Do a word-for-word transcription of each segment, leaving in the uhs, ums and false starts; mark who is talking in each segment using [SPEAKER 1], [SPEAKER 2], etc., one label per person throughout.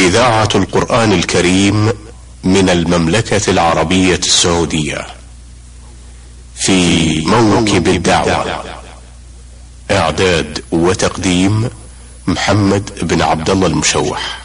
[SPEAKER 1] إذاعة القرآن الكريم من المملكة العربية السعودية في موكب الدعوة. إعداد وتقديم محمد بن عبد الله المشوح.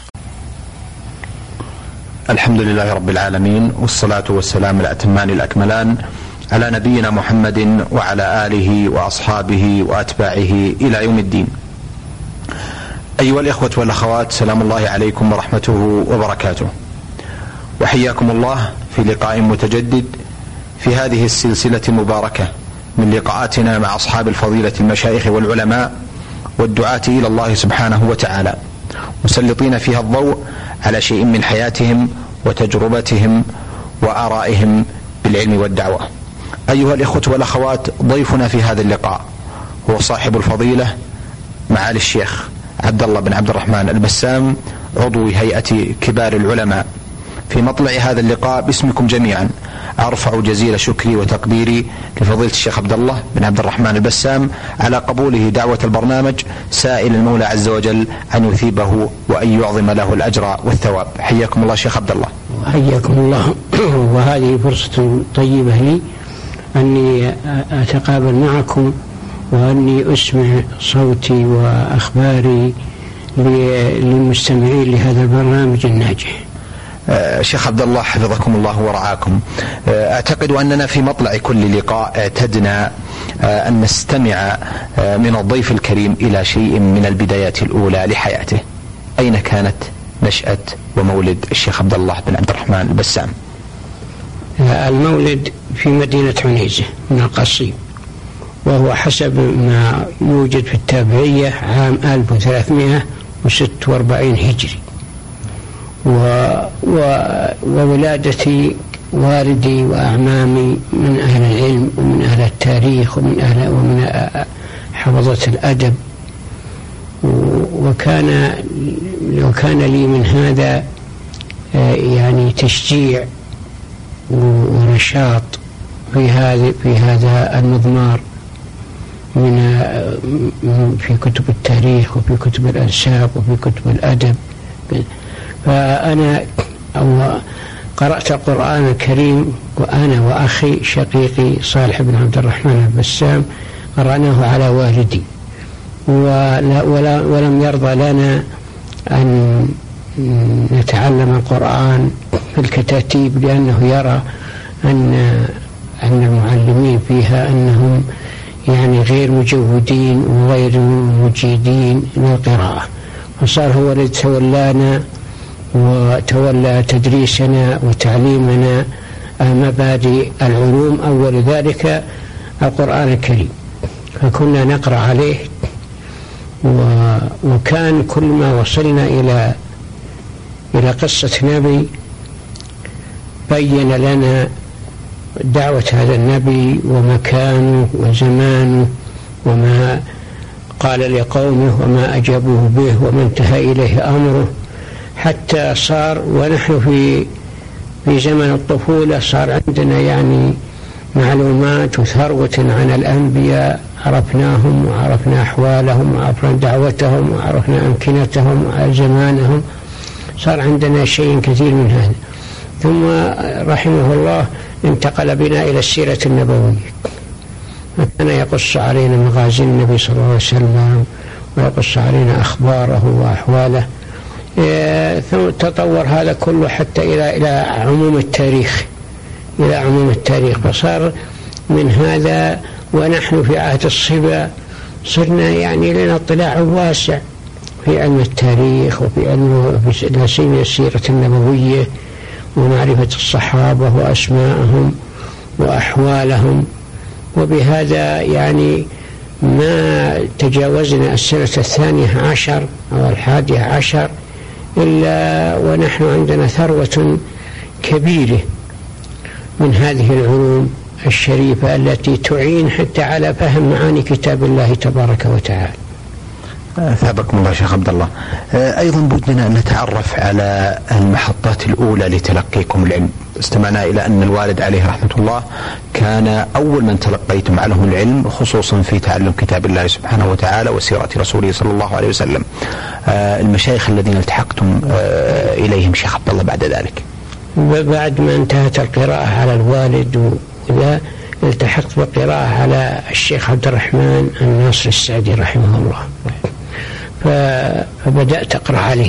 [SPEAKER 2] الحمد لله رب العالمين، والصلاة والسلام الأتمان الأكملان على نبينا محمد وعلى آله وأصحابه وأتباعه إلى يوم الدين. أيها الإخوة والأخوات، سلام الله عليكم ورحمته وبركاته، وحياكم الله في لقاء متجدد في هذه السلسلة المباركة من لقاءاتنا مع أصحاب الفضيلة المشايخ والعلماء والدعاة إلى الله سبحانه وتعالى، مسلطين فيها الضوء على شيء من حياتهم وتجربتهم وآرائهم بالعلم والدعوة. أيها الإخوة والأخوات، ضيفنا في هذا اللقاء هو صاحب الفضيلة معالي الشيخ عبد الله بن عبد الرحمن البسام، عضو هيئة كبار العلماء. في مطلع هذا اللقاء باسمكم جميعا أرفع جزيل شكري وتقديري لفضيلة الشيخ عبد الله بن عبد الرحمن البسام على قبوله دعوة البرنامج، سائل المولى عز وجل أن يثيبه وأن يعظم له الأجر والثواب. حياكم الله شيخ عبد الله.
[SPEAKER 3] حياكم الله، وهذه فرصة طيبة لي أني أتقابل معكم وأني أسمع صوتي وأخباري للمستمعين لهذا البرنامج الناجح.
[SPEAKER 2] شيخ عبد الله حفظكم الله ورعاكم، أعتقد أننا في مطلع كل لقاء اعتدنا أن نستمع من الضيف الكريم إلى شيء من البدايات الأولى لحياته. أين كانت نشأة ومولد الشيخ عبد الله بن عبد الرحمن البسام؟
[SPEAKER 3] المولد في مدينة عنيزة من القصيم، وهو حسب ما يوجد في التابعية عام ألف وثلاثمائة وستة وأربعين هجري. و... و... وولادتي والدي وأعمامي من أهل العلم ومن أهل التاريخ ومن أهل ومن حفظة الأدب، وكان لو كان لي من هذا يعني تشجيع ونشاط في هذا في هذا المضمار من في كتب التاريخ وفي كتب الأنساب وفي كتب الأدب. فأنا قرأت القرآن الكريم وأنا وأخي شقيقي صالح بن عبد الرحمن البسام قرأناه على والدي، ولا ولا ولم يرضى لنا أن نتعلم القرآن في الكتاتيب، لأنه يرى أن أن المعلمين فيها أنهم يعني غير مجودين وغير مجيدين للقراءة، فصار هو الذي تولانا وتولى تدريسنا وتعليمنا مبادئ العلوم، أول ذلك القرآن الكريم، فكنا نقرأ عليه. وكان كل ما وصلنا إلى إلى قصة نبي بين لنا دعوة هذا النبي ومكانه وزمانه وما قال لقومه وما أجابوه به وما انتهى إليه أمره، حتى صار ونحن في في زمن الطفولة صار عندنا يعني معلومات وثروة عن الأنبياء، عرفناهم وعرفنا أحوالهم وعرفنا دعوتهم وعرفنا أمكنتهم وزمانهم، صار عندنا شيء كثير من هذا. ثم رحمه الله انتقل بنا إلى السيرة النبوية، فكان يقص علينا مغازي النبي صلى الله عليه وسلم ويقص علينا أخباره وأحواله. ثم تطور هذا كله حتى إلى إلى عموم التاريخ إلى عموم التاريخ فصار من هذا ونحن في عهد الصبا صرنا يعني لنا اطلاع واسع في علم التاريخ وفي علم لا سيما السيرة النبوية ومعرفة الصحابة وأسماءهم وأحوالهم. وبهذا يعني ما تجاوزنا السنة الثانية عشر أو الحادية عشر إلا ونحن عندنا ثروة كبيرة من هذه العلوم الشريفة التي تعين حتى على فهم معاني كتاب الله تبارك وتعالى.
[SPEAKER 2] ثابكم الله شيخ عبد الله. أيضا بدنا أن نتعرف على المحطات الأولى لتلقيكم العلم. استمعنا إلى أن الوالد عليه رحمة الله كان أول من تلقيتم عنه العلم، خصوصا في تعلم كتاب الله سبحانه وتعالى وسيرة رسوله صلى الله عليه وسلم. المشايخ الذين التحقتم عليهم شيخ عبد الله بعد ذلك؟
[SPEAKER 3] بعد ما انتهت القراءة على الوالد وذا التحقت بالقراءة على الشيخ عبد الرحمن الناصر السعدي رحمه الله، فبدأت أقرأ عليه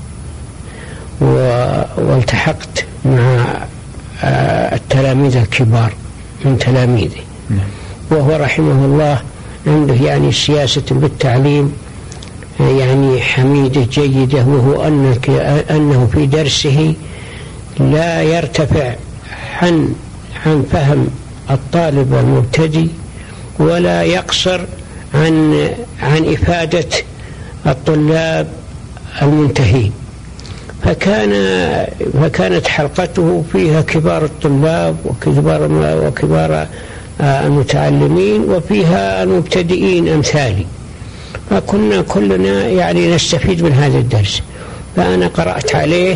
[SPEAKER 3] والتحقت مع التلاميذ الكبار من تلاميذه، وهو رحمه الله عنده يعني سياسة بالتعليم يعني حميدة جيدة، وهو أنه في درسه لا يرتفع عن عن فهم الطالب المبتدئ ولا يقصر عن عن إفادة الطلاب المنتهين، فكان فكانت حلقته فيها كبار الطلاب وكبار وكبار المتعلمين وفيها المبتدئين أمثالي، فكنا كلنا يعني نستفيد من هذا الدرس. فأنا قرأت عليه،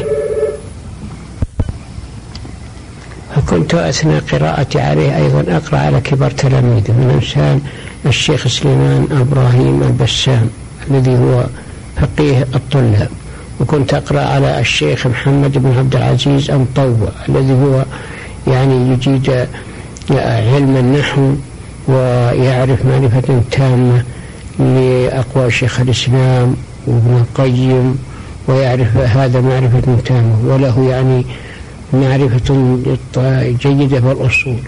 [SPEAKER 3] فكنت أثناء قراءتي عليه أيضا أقرأ على كبار تلاميذه، من أمثال الشيخ سليمان إبراهيم البسام الذي هو فقيه الطلاب، وكنت أقرأ على الشيخ محمد بن عبد العزيز المطوع الذي هو يعني يجيد علم النحو ويعرف معرفة تامة لأقوال شيخ الإسلام وابن القيم، ويعرف هذا معرفة تامة، وله يعني معرفة جيدة بالأصول.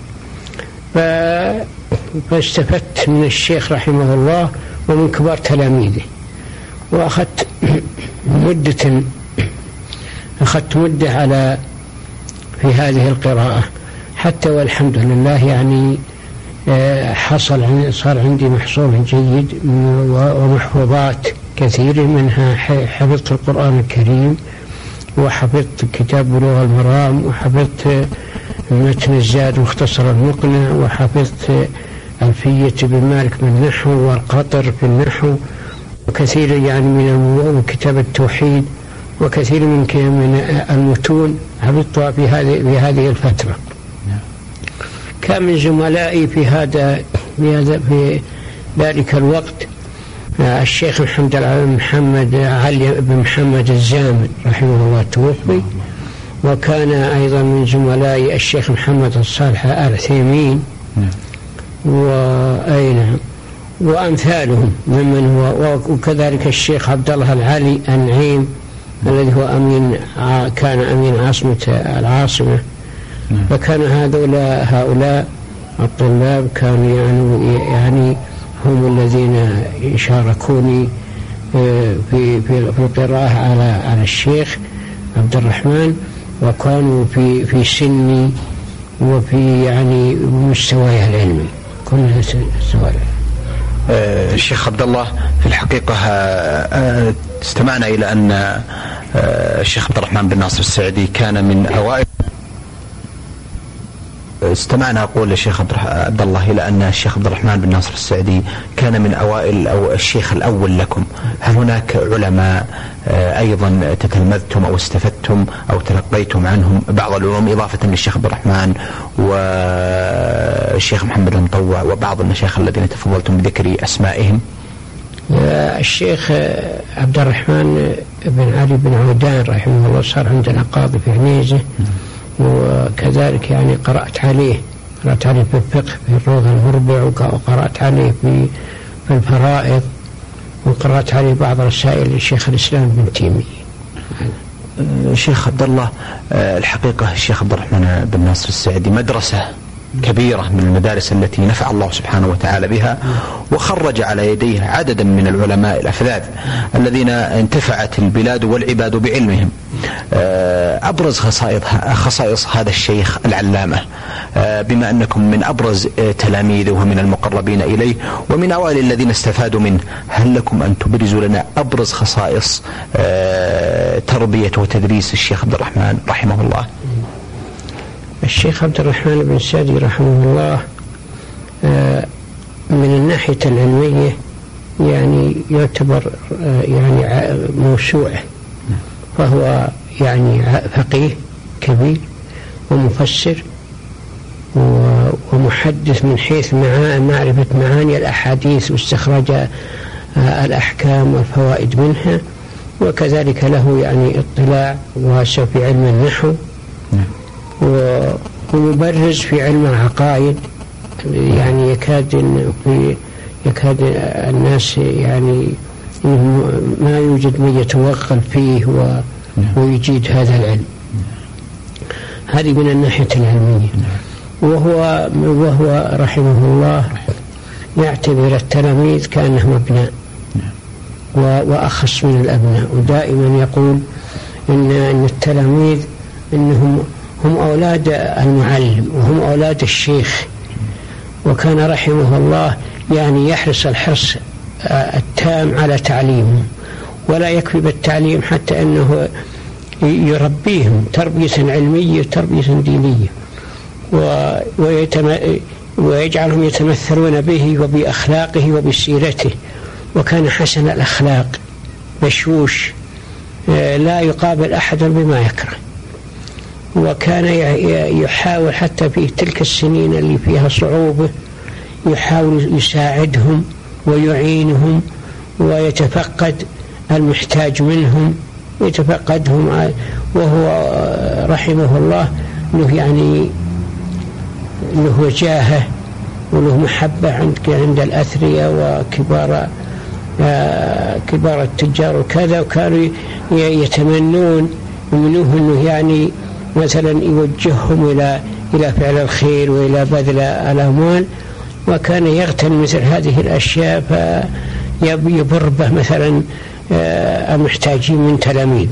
[SPEAKER 3] فاستفدت من الشيخ رحمه الله ومن كبار تلاميذه، وأخذت مدة أخذت مدة على في هذه القراءة حتى والحمد لله يعني حصل صار عندي محصول جيد ومحفوظات كثير، منها حفظت القرآن الكريم وحفظت كتاب بلوغ المرام وحفظت متن الزاد مختصر المقنع وحفظت ألفية بن مالك من النحو والقطر في النحو وكثير يعني من كتاب التوحيد وكثير من من المتون حفظتها في هذه في هذه الفترة. كان من زملائي في هذا في هذا في ذلك الوقت الشيخ محمد محمد علي بن محمد الزامل رحمه الله توفي، وكان أيضا من زملائي الشيخ محمد الصالح آل ثيمين وأين وأمثالهم ممن هو، وكذلك الشيخ عبد الله العلي النعيم الذي هو أمين كان أمين عاصمة العاصمة. فكان هؤلاء هؤلاء الطلاب كانوا يعني يعني هم الذين شاركوني في في في القراءة على على الشيخ عبد الرحمن، وكانوا في في سني وفي يعني مستواي العلمي كلها سواء.
[SPEAKER 2] الشيخ عبد الله في الحقيقة استمعنا إلى أن الشيخ عبد الرحمن بن ناصر السعدي كان من أوائل استمعنا أقول الشيخ عبد الله إلى أن الشيخ عبد الرحمن بن ناصر السعدي كان من أوائل أو الشيخ الأول لكم. هل هناك علماء أيضا تتلمذتم أو استفدتم أو تلقيتم عنهم بعض العلوم إضافة للشيخ عبد الرحمن والشيخ محمد المطوع وبعض المشايخ الذين تفضلتم بذكر أسمائهم؟
[SPEAKER 3] الشيخ عبد الرحمن بن علي بن عودان رحمه الله صار عندنا قاضي في عنيزة، وكذلك يعني قرأت عليه قرأت عليه في الفقه في الروض المربع، وقرأت عليه في في الفرائض، وقرأت عليه بعض رسائل الشيخ الإسلام بن تيمية.
[SPEAKER 2] الشيخ عبد الله الحقيقة الشيخ عبد الرحمن بن ناصر السعدي مدرسة كبيرة من المدارس التي نفع الله سبحانه وتعالى بها، وخرج على يديه عددا من العلماء الأفذاذ الذين انتفعت البلاد والعباد بعلمهم. أبرز خصائص خصائص هذا الشيخ العلامة، بما أنكم من أبرز تلاميذه ومن المقربين إليه ومن أوائل الذين استفادوا منه، هل لكم أن تبرزوا لنا أبرز خصائص تربية وتدريس الشيخ عبد الرحمن رحمه الله؟
[SPEAKER 3] الشيخ عبد الرحمن بن سعدي رحمه الله من الناحية العلمية يعني يعتبر يعني موسوعة، فهو يعني فقيه كبير ومفسر ومحدث من حيث معرفة معاني الأحاديث واستخراج الأحكام والفوائد منها، وكذلك له يعني اطلاع واسع في علم النحو ومبرز في علم العقائد، يعني يكاد في يكاد الناس يعني ما يوجد من يتوغل فيه ويجيد هذا العلم. هذه من الناحية العلمية. وهو وهو رحمه الله يعتبر التلاميذ كأنهم أبناء وأخص من الأبناء، ودائما يقول إن إن التلاميذ إنهم هم أولاد المعلم وهم أولاد الشيخ. وكان رحمه الله يعني يحرص الحرص التام على تعليمهم، ولا يكفي بالتعليم حتى أنه يربيهم تربية علمية تربية دينية، ويجعلهم يتمثلون به وبأخلاقه وبسيرته. وكان حسن الأخلاق بشوش، لا يقابل أحدا بما يكره، وكان يحاول حتى في تلك السنين اللي فيها صعوبة يحاول يساعدهم ويعينهم ويتفقد المحتاج منهم ويتفقدهم. وهو رحمه الله له يعني له وجاهه وله محبة عند عند الأثرياء وكبار كبار التجار وكذا، وكانوا يتمنون منه أنه يعني مثلا يوجههم إلى إلى فعل الخير وإلى بذل الأموال، وكان يغتنم مثل هذه الأشياء فيبر به مثلا المحتاجين من تلاميذه.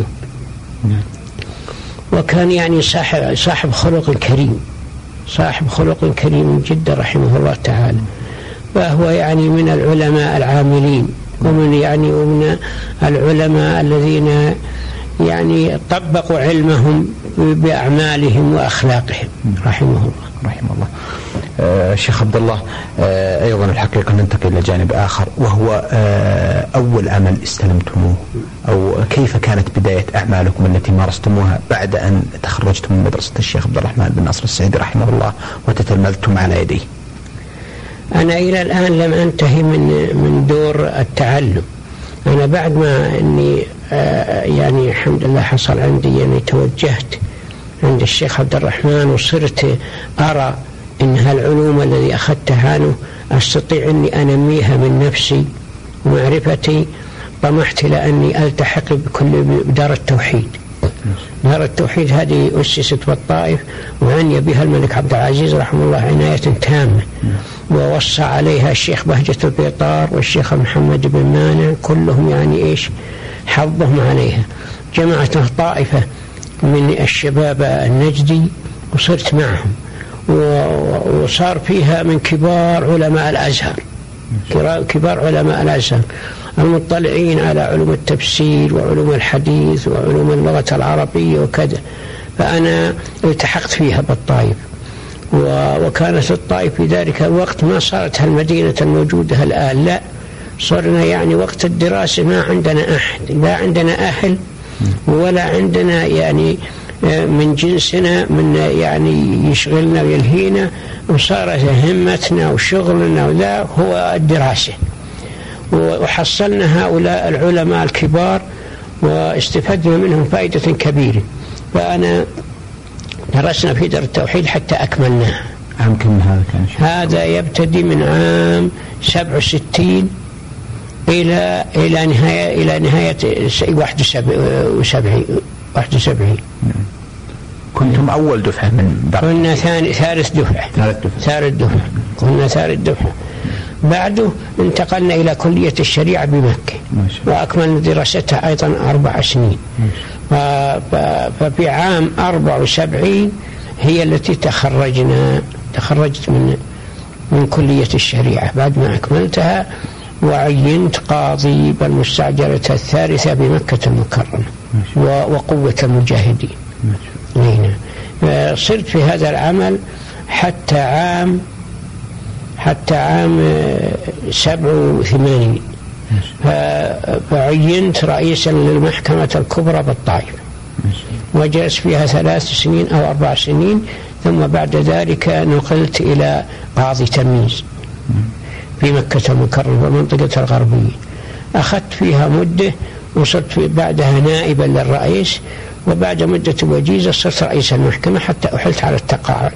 [SPEAKER 3] وكان يعني صاحب صاحب خلق كريم صاحب خلق كريم جدا رحمه الله تعالى. فهو يعني من العلماء العاملين ومن يعني ومن العلماء الذين يعني طبقوا علمهم بأعمالهم وأخلاقهم رحمه الله.
[SPEAKER 2] رحمه الله. آه شيخ عبد الله، آه أيضا الحقيقة ننتقل إلى جانب آخر، وهو آه أول عمل استلمتموه، أو كيف كانت بداية أعمالكم التي مارستموها بعد أن تخرجتم من مدرسة الشيخ عبد الرحمن بن ناصر السعدي رحمه الله وتتلمذتم على يديه؟
[SPEAKER 3] أنا إلى الآن لم أنتهي من من دور التعلم. أنا بعد ما أني آه يعني الحمد لله حصل عندي يعني توجهت عند الشيخ عبد الرحمن وصرت أرى إن هالعلوم الذي أخذتها عنه أستطيع أني أنميها من نفسي ومعرفتي. طمحت إلى أني ألتحق بكل بدار التوحيد. دار التوحيد هذه أسست بالطائف وعني بها الملك عبد العزيز رحمه الله عناية تامة، ووصى عليها الشيخ بهجة البيطار والشيخ محمد بن مانع، كلهم يعني إيش حظهم عليها. جمعت طائفة من الشباب النجدي وصرت معهم، وصار فيها من كبار علماء الأزهر كبار علماء الأزهر المطلعين على علوم التفسير وعلوم الحديث وعلوم اللغة العربية وكذا. فأنا التحقت فيها بالطائف، وكانت الطائف في ذلك الوقت ما صارت هالمدينة الموجودة الآن، لا، صرنا يعني وقت الدراسة ما عندنا أحد، لا عندنا أهل ولا عندنا يعني من جنسنا من يعني يشغلنا ويلهينا، وصارت همتنا وشغلنا ولا هو الدراسة. وحصلنا هؤلاء العلماء الكبار واستفدنا منهم فائدة كبيرة. فأنا درسنا في دار التوحيد حتى أكملناها.
[SPEAKER 2] عام كم هذا كان؟
[SPEAKER 3] هذا يبتدي من عام سبع وستين إلى إلى نهاية إلى نهاية واحد وسبعين واحد وسبعين.
[SPEAKER 2] كنتم أول دفعة من بعد؟
[SPEAKER 3] كنا ثاني ثالث دفعة.
[SPEAKER 2] ثالث دفعة.
[SPEAKER 3] ثالث دفعة. كنا ثالث دفعة. بعده انتقلنا إلى كلية الشريعة بمكة وأكملنا دراستها أيضا أربع سنين. ففي عام أربع وسبعين هي التي تخرجنا تخرجت من من كلية الشريعة بعد ما أكملتها، وعينت قاضي بالمستعجلة الثالثة بمكة المكرمة وقوة المجاهدين. صرت في هذا العمل حتى عام حتى عام سبع وثمانين، فعينت رئيسا للمحكمة الكبرى بالطائف، وجلس فيها ثلاث سنين أو أربع سنين، ثم بعد ذلك نقلت إلى قاضي تمييز في مكة المكرمة والمنطقة الغربية. أخذت فيها مدة وصرت في بعدها نائبا للرئيس، وبعد مدة وجيزة صرت رئيس المحكمة حتى أحلت على التقاعد.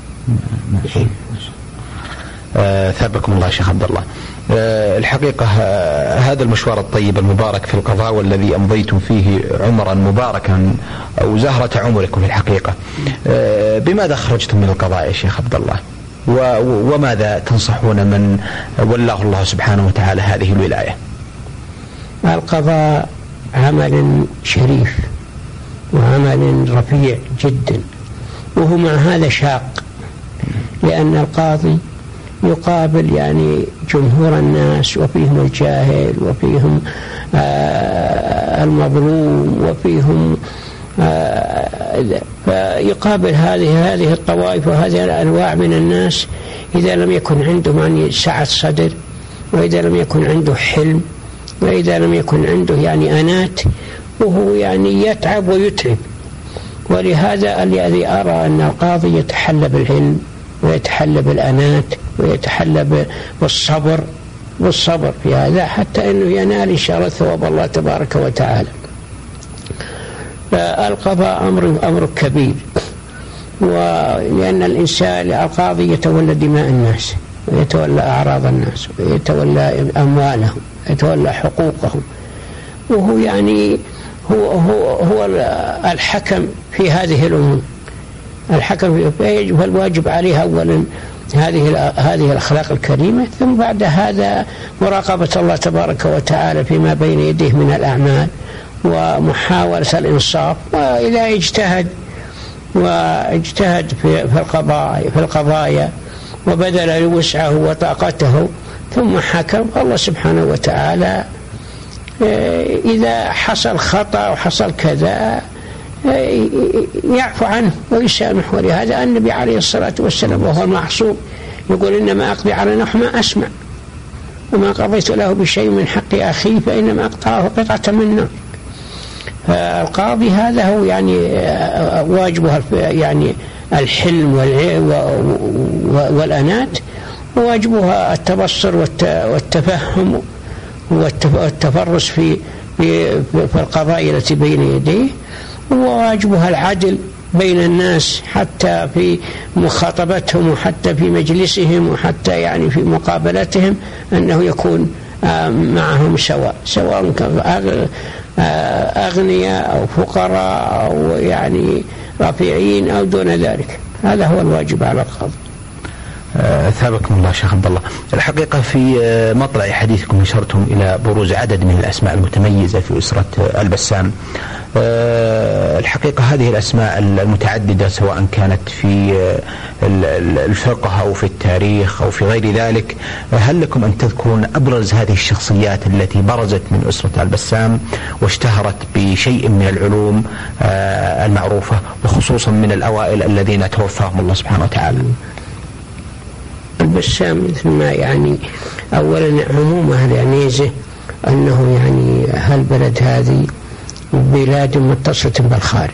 [SPEAKER 2] آه ثابكم الله شيخ عبد الله. آه الحقيقة آه هذا المشوار الطيب المبارك في القضاء والذي أمضيتم فيه عمرا مباركا أو زهرة عمركم في الحقيقة، آه بماذا خرجتم من القضاء يا شيخ عبد الله؟ وماذا تنصحون من ولاه الله سبحانه وتعالى هذه الولاية؟
[SPEAKER 3] القضاء عمل شريف وعمل رفيع جدا، وهو مع هذا شاق، لأن القاضي يقابل يعني جمهور الناس، وفيهم الجاهل وفيهم آه المظلوم وفيهم آه فيقابل هذه هذه الطوائف وهذه الأنواع من الناس. إذا لم يكن عنده يعني سعة صدر، وإذا لم يكن عنده حلم، وإذا لم يكن عنده يعني أنات، وهو يعني يتعب ويتعب. ولهذا الذي أرى أن القاضي يتحلى بالعلم ويتحلى بالأنات ويتحلى بالصبر والصبر في هذا حتى أنه ينال إن شاء الله ثواب الله تبارك وتعالى. فالقضاء أمر أمر كبير، ولأن الإنسان القاضي يتولى دماء الناس ويتولى أعراض الناس ويتولى أموالهم ويتولى حقوقهم، وهو يعني هو هو هو الحكم في هذه الأمور، الحكم فالواجب عليه أولا هذه هذه الأخلاق الكريمة، ثم بعد هذا مراقبة الله تبارك وتعالى فيما بين يديه من الأعمال ومحاولة الإنصاف. وإذا اجتهد واجتهد في في القضايا في القضايا وبذل وسعه وطاقته ثم حكم، فالله سبحانه وتعالى إذا حصل خطأ وحصل كذا يعفو عنه ويسامح. ولهذا النبي عليه الصلاة والسلام وهو المعصوم يقول إنما أقضي على نحو ما أسمع، وما قضيت له بشيء من حق أخيه فإنما أقطعه قطعة من نار. فالقاضي هذا هو يعني واجبه يعني الحلم والأنات، وواجبها التبصر والتفهم والتفرس في في القضايا التي بين يديه، وواجبها العدل بين الناس حتى في مخاطبتهم وحتى في مجلسهم وحتى يعني في مقابلتهم أنه يكون معهم سواء، سواء أغنياء أو فقراء أو يعني رفيعين أو دون ذلك. هذا هو الواجب على القاضي.
[SPEAKER 2] ثابكم الله شيخ عبد الله. الحقيقة في مطلع حديثكم أشرتم إلى بروز عدد من الأسماء المتميزة في أسرة البسام. الحقيقة هذه الأسماء المتعددة سواء كانت في الفقه أو في التاريخ أو في غير ذلك، هل لكم أن تذكرون أبرز هذه الشخصيات التي برزت من أسرة البسام واشتهرت بشيء من العلوم المعروفة، وخصوصا من الأوائل الذين توفاهم الله سبحانه وتعالى؟
[SPEAKER 3] البسام مثل ما يعني أولا عموم أهل عنيزة أنه يعني هالبلد هذه بلاد متصلة بالخارج،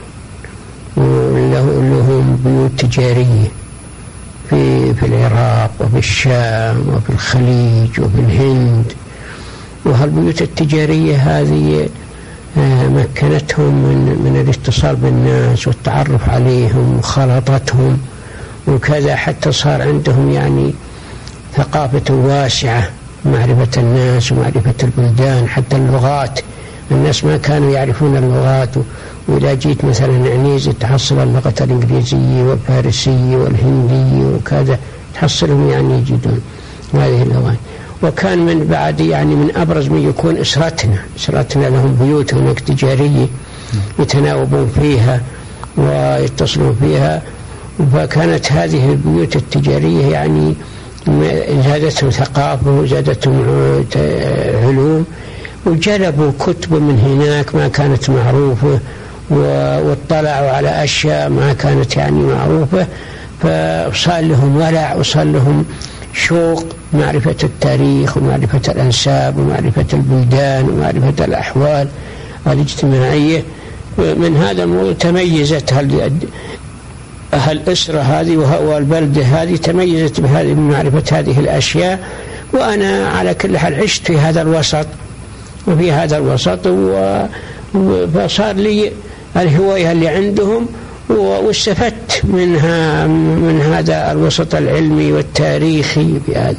[SPEAKER 3] ولهم بيوت تجارية في في العراق وفي الشام وفي الخليج وفي الهند، وهالبيوت التجارية هذه مكنتهم من من الاتصال بالناس والتعرف عليهم وخلطتهم وكذا، حتى صار عندهم يعني ثقافة واسعة، معرفة الناس ومعرفة البلدان، حتى اللغات. الناس ما كانوا يعرفون اللغات، وإذا جيت مثلا عنيزة تحصل اللغة الإنجليزية والفارسية والهندية وكذا، تحصلهم يعني يجدون هذه اللغات. وكان من بعد يعني من أبرز من يكون أسرتنا أسرتنا لهم بيوت هناك تجارية يتناوبون فيها ويتصلون فيها، فكانت هذه البيوت التجارية يعني زادتهم ثقافة وزادتهم علوم، وجلبوا كتب من هناك ما كانت معروفة، واطلعوا على أشياء ما كانت يعني معروفة، فصار لهم ولع وصار لهم شوق معرفة التاريخ ومعرفة الأنساب ومعرفة البلدان ومعرفة الأحوال الاجتماعية. من هذا الموضوع تميزت هالأسرة هذه والبلدة هذه، تميزت بهذه بمعرفة هذه الأشياء. وأنا على كل حال عشت في هذا الوسط وفي هذا الوسط، فصار لي الهواية اللي عندهم واستفدت منها من هذا الوسط العلمي والتاريخي بهذا.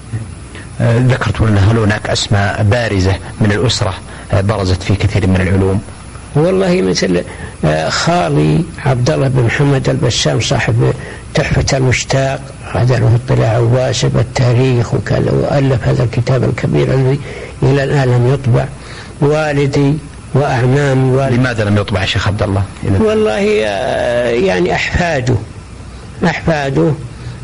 [SPEAKER 2] ذكرت لنا هل هناك أسماء بارزة من الأسرة برزت في كثير من العلوم؟
[SPEAKER 3] والله مثل خالي عبد الله بن محمد البسام صاحب تحفة المشتاق، هذا له اطلاع واسع بالتاريخ وكذا، وألف هذا الكتاب الكبير الذي إلى الآن لم يطبع. والدي وأعمامي. والدي
[SPEAKER 2] لماذا لم يطبع يا شيخ عبد الله؟
[SPEAKER 3] والله يعني أحفاده أحفاده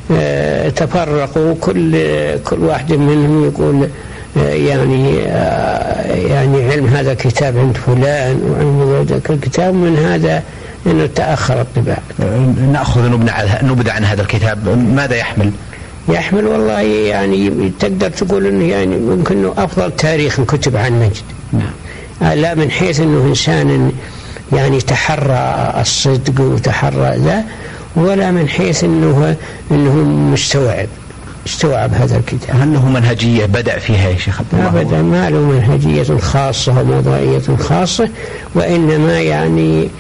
[SPEAKER 3] تفرقوا، كل كل واحد منهم يقول يعني يعني علم هذا الكتاب عند فلان وعند ذاك الكتاب، من هذا انه تاخر الطباعه.
[SPEAKER 2] ناخذ نبذه عن هذا الكتاب، ماذا يحمل؟
[SPEAKER 3] يحمل والله يعني تقدر تقول انه يعني ممكن انه افضل تاريخ كتب عن نجد. نعم. لا من حيث انه انسان يعني تحرى الصدق وتحرى ذا، ولا من حيث انه انه مستوعب استوعب هذا الكتاب.
[SPEAKER 2] هل له منهجية بدأ فيها يا شيخ عبد الله؟
[SPEAKER 3] أبدا ما له منهجية خاصة وموضوعية خاصة، وإنما يعني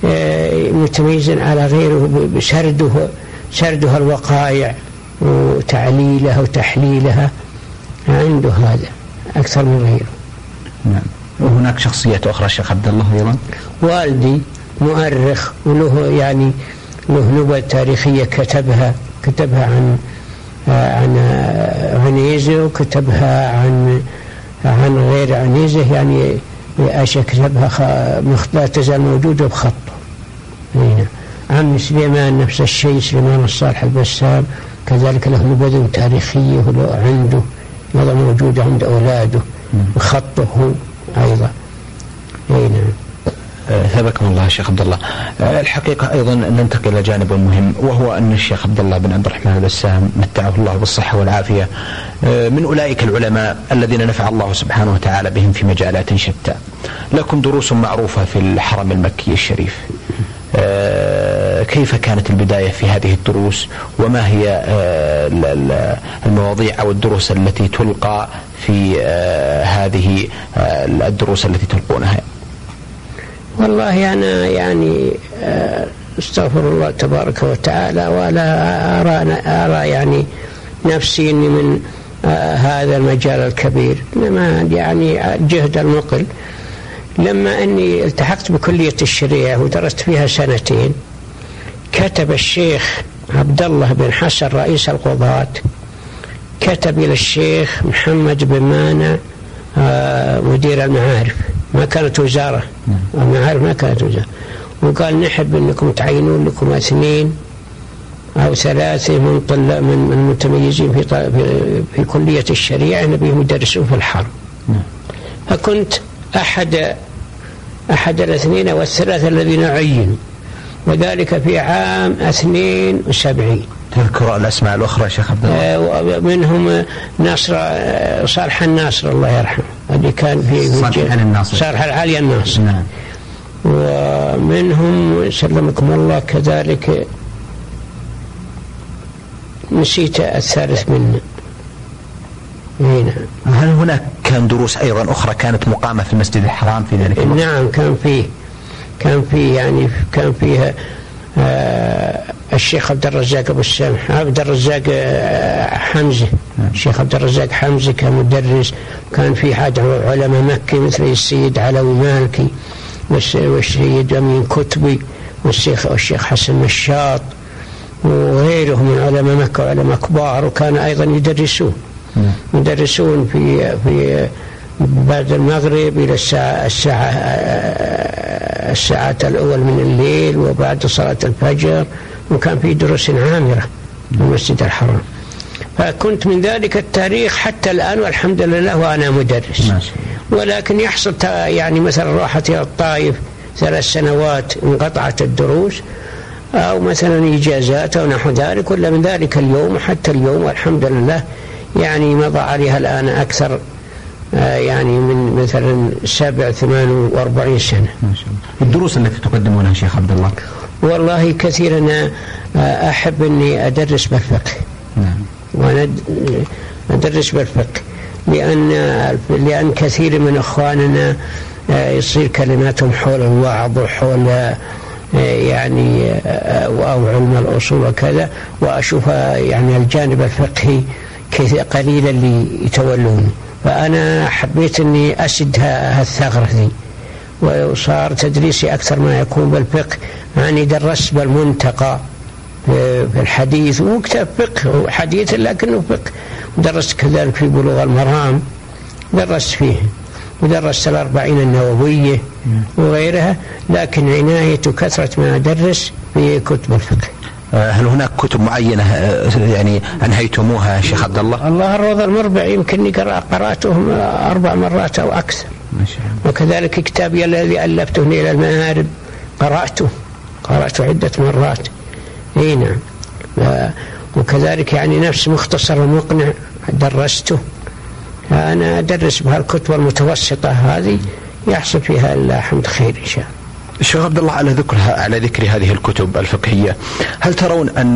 [SPEAKER 3] متميزا على غيره بسرده سردها الوقائع وتعليلها وتحليلها، عنده هذا أكثر من غيره.
[SPEAKER 2] نعم. وهناك شخصيات أخرى شيخ عبد الله أيضا؟
[SPEAKER 3] والدي مؤرخ وله يعني له نبذة تاريخية كتبها كتبها عن عن عنيزة، وكتبها عن عن غير عنيزة، يعني أشياء كتبها لا تزال موجودة بخطه. هنا عم سليمان نفس الشيء، سليمان الصالح البسام كذلك له نبذة تاريخية عنده هذا موجود عند أولاده بخطه هو أيضا. هنا
[SPEAKER 2] ثابكم الله شيخ عبد الله. الحقيقة أيضا ننتقل إلى جانب مهم، وهو أن الشيخ عبد الله بن عبد الرحمن البسام متعه الله بالصحة والعافية من أولئك العلماء الذين نفع الله سبحانه وتعالى بهم في مجالات شتى. لكم دروس معروفة في الحرم المكي الشريف، كيف كانت البداية في هذه الدروس، وما هي المواضيع أو الدروس التي تلقى في هذه الدروس التي تلقونها؟
[SPEAKER 3] والله أنا يعني استغفر الله تبارك وتعالى، ولا أرى, أرى يعني نفسي أني من هذا المجال الكبير، إنما يعني جهد المقل. لما أني التحقت بكلية الشريعة ودرست فيها سنتين، كتب الشيخ عبد الله بن حسن رئيس القضاة كتب إلى الشيخ محمد بن مانع مدير المعارف، ما كانت وزارة، المعارف ما كانت وزارة، وقال نحب أنكم تعينون لكم اثنين أو ثلاثة من طلاب من المتميزين في, في, في كلية الشريعة نبيهم يدرسون في الحرم. فكنت أحد أحد الاثنين والثلاثة الذين عينوا، وذلك في عام اثنين وسبعين.
[SPEAKER 2] تذكر الأسماء الأخرى شيخ عبد الله؟
[SPEAKER 3] منهم ناصر صالح الناصر الله يرحمه، اللي كان في
[SPEAKER 2] صالح الناصر
[SPEAKER 3] صالح العالي الناصر.
[SPEAKER 2] نعم.
[SPEAKER 3] ومنهم سلمكم الله كذلك نسيت الثالث منه. هنا
[SPEAKER 2] هل هناك كان دروس أيضا أخرى كانت مقامة في المسجد الحرام في ذلك الوقت؟
[SPEAKER 3] نعم كان فيه كان فيه يعني كان فيها آه الشيخ عبد الرزاق أبو السامح عبد الرزاق آه حمزة. الشيخ عبد الرزاق حمزة كان مدرس، كان في حد علماء مكة مثل السيد علوي مالكي والسيد أمين كتبي والشيخ والشيخ حسن مشاط وغيرهم من علماء مكة وعلماء كبار، وكان أيضا يدرسون يدرسون في في بعد المغرب إلى الساعة الساعة الساعة الأول من الليل وبعد صلاة الفجر، وكان في دروس عامرة في المسجد الحرام. فكنت من ذلك التاريخ حتى الآن والحمد لله وأنا مدرس. ولكن يحصل يعني مثلا راحت إلى الطائف ثلاث سنوات انقطعت الدروس، أو مثلا إجازات أو نحو ذلك، ولا من ذلك اليوم حتى اليوم والحمد لله يعني مضى عليها الآن أكثر يعني من مثلا سبع ثمان وأربعين سنة.
[SPEAKER 2] ما شاء الله. الدروس التي تقدمونها شيخ عبد الله؟
[SPEAKER 3] والله كثير أنا أحب أني أدرس بالفقه.
[SPEAKER 2] نعم.
[SPEAKER 3] وأنا أدرس بالفقه، لأن لأن كثير من إخواننا يصير كلماتهم حول الوعظ وحول يعني أو علم الأصول وكذا، وأشوف يعني الجانب الفقهي قليلا اللي يتولونه، فأنا حبيت أني أسد هالثغرة دي، وصار تدريسي أكثر ما يكون بالفقه، مع أني درست بالمنتقى في الحديث وكتاب فقه حديث لكنه فقه، ودرست كذلك في بلوغ المرام درست فيه، ودرست الأربعين النووية وغيرها، لكن عناية وكثرة ما أدرس في كتب الفقه.
[SPEAKER 2] هل هناك كتب معينة يعني أنهيتموها شيخ عبد الله؟
[SPEAKER 3] الله الروض المربع يمكنني قرأتهم أربع مرات أو أكثر، وكذلك كتابي الذي ألفته إلى المآرب قرأته قرأته عدة مرات. اي نعم. وكذلك يعني نفس مختصر المقنع درسته. أنا أدرس بهالكتب المتوسطة هذه يحصل فيها الحمد خير إن شاء الله.
[SPEAKER 2] شيخ عبد الله، على ذكرها على ذكر هذه الكتب الفقهية، هل ترون أن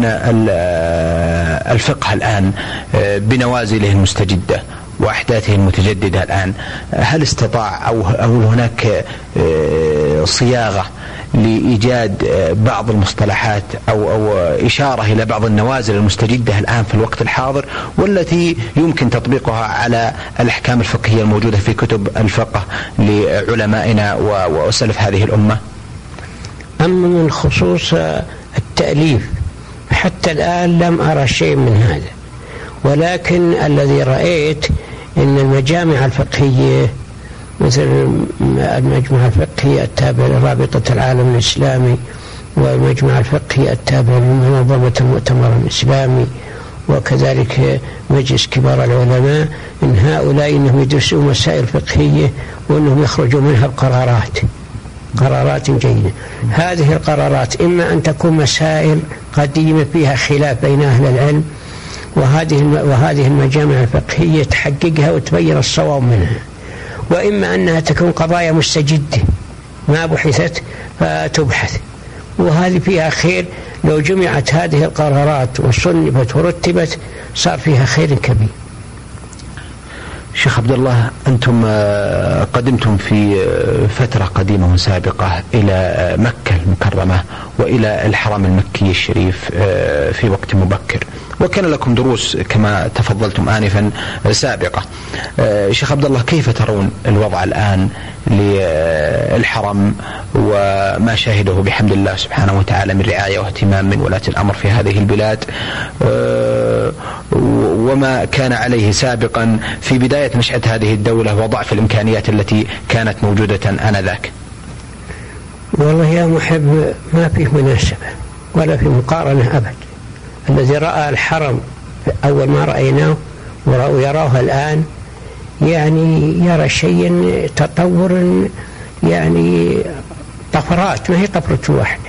[SPEAKER 2] الفقه الآن بنوازله المستجدة وأحداثه المتجددة الآن، هل استطاع أو أو هناك صياغة لإيجاد بعض المصطلحات أو أو إشارة إلى بعض النوازل المستجدة الآن في الوقت الحاضر، والتي يمكن تطبيقها على الأحكام الفقهية الموجودة في كتب الفقه لعلمائنا وسلف هذه الأمة؟
[SPEAKER 3] أما من خصوص التأليف حتى الآن لم أرى شيء من هذا، ولكن الذي رأيت أن المجامع الفقهية مثل المجمع الفقهي التابع لرابطة العالم الإسلامي، والمجمع الفقهي التابع لمنظمة المؤتمر الإسلامي، وكذلك مجلس كبار العلماء، إن هؤلاء إنهم يدرسوا مسائل فقهية وإنهم يخرجوا منها القرارات قرارات جيدة. هذه القرارات إما أن تكون مسائل قديمة فيها خلاف بين أهل العلم، وهذه وهذه المجامع الفقهية تحققها وتبين الصواب منها، وإما أنها تكون قضايا مستجدة ما بحثت فتبحث، وهذه فيها خير. لو جمعت هذه القرارات وصنفت ورتبت صار فيها خير كبير.
[SPEAKER 2] شيخ عبد الله، أنتم قدمتم في فترة قديمة سابقة إلى مكة المكرمة وإلى الحرم المكي الشريف في وقت مبكر، وكان لكم دروس كما تفضلتم آنفا سابقة. شيخ عبد الله، كيف ترون الوضع الآن للحرم وما شاهده بحمد الله سبحانه وتعالى من رعاية واهتمام من ولاة الأمر في هذه البلاد، وما كان عليه سابقا في بداية نشأة هذه الدولة وضعف الإمكانيات التي كانت موجودة آنذاك؟
[SPEAKER 3] والله يا محب ما فيه مناسبة ولا في مقارنة أبد. الذي رأى الحرم أول ما رأيناه ويراه الآن يعني يرى شيء تطور، يعني طفرات ما هي طفرة واحدة.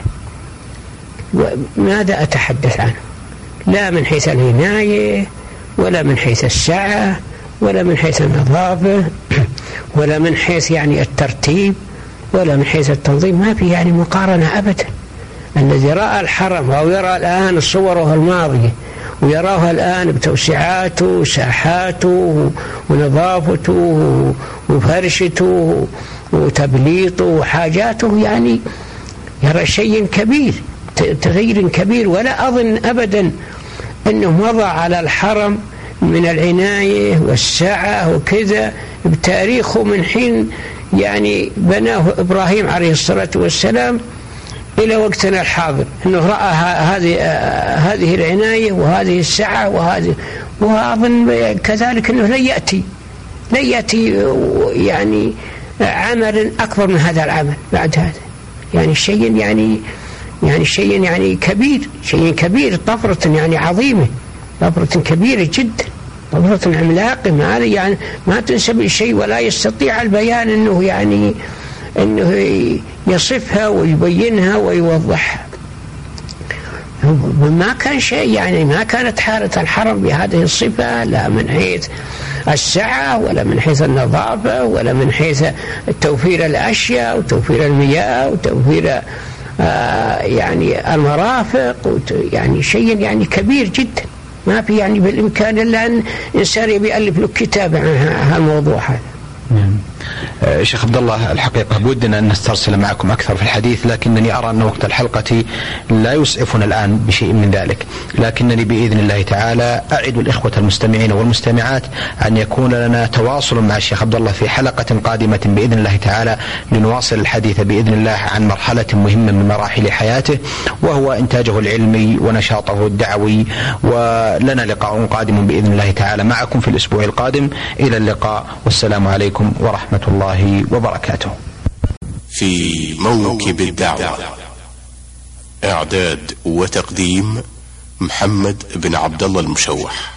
[SPEAKER 3] وماذا أتحدث عنه؟ لا من حيث العناية ولا من حيث السعة ولا من حيث النظافة ولا من حيث يعني الترتيب ولا من حيث التنظيم، ما في يعني مقارنة أبدا. الذي رأى الحرم أو يرى الآن صوره الماضية ويراه الآن بتوسعاته وساحاته ونظافته وفرشته وتبليطه وحاجاته، يعني يرى شيء كبير، تغيير كبير. ولا أظن أبدا أنه مضى على الحرم من العناية والسعة وكذا بتاريخه من حين يعني بناه إبراهيم عليه الصلاة والسلام إلى وقتنا الحاضر، أنه رأى هذه هذه العناية وهذه السعة وهذه. وأظن كذلك أنه لن يأتي لن يأتي يعني عمل أكبر من هذا العمل بعد هذا، يعني شيء يعني يعني شيء يعني كبير شيء كبير طفرة يعني عظيمة، طفرة كبيرة جدا، طفرة عملاقة ما يعني ما تنسب شيء ولا يستطيع البيان أنه يعني أنه يصفها ويبينها ويوضحها. ما كان شيء يعني ما كانت حالة الحرم بهذه الصفة، لا من حيث السعة ولا من حيث النظافة ولا من حيث توفير الأشياء وتوفير المياه وتوفير آه يعني المرافق، يعني شيء يعني كبير جدا ما في يعني بالإمكان إلا أن إنسان يألف له كتاب عن هالموضوع هذا.
[SPEAKER 2] آه شيخ عبد الله، الحقيقة بودنا أن نسترسل معكم أكثر في الحديث، لكنني أرى أن وقت الحلقة لا يسعفنا الآن بشيء من ذلك، لكنني بإذن الله تعالى أعد الإخوة المستمعين والمستمعات أن يكون لنا تواصل مع الشيخ عبد الله في حلقة قادمة بإذن الله تعالى، لنواصل الحديث بإذن الله عن مرحلة مهمة من مراحل حياته، وهو إنتاجه العلمي ونشاطه الدعوي. ولنا لقاء قادم بإذن الله تعالى معكم في الأسبوع القادم. إلى اللقاء، والسلام عليكم ورحمة الله وبركاته.
[SPEAKER 1] في موكب الدعوة، إعداد وتقديم محمد بن عبد الله المشوح.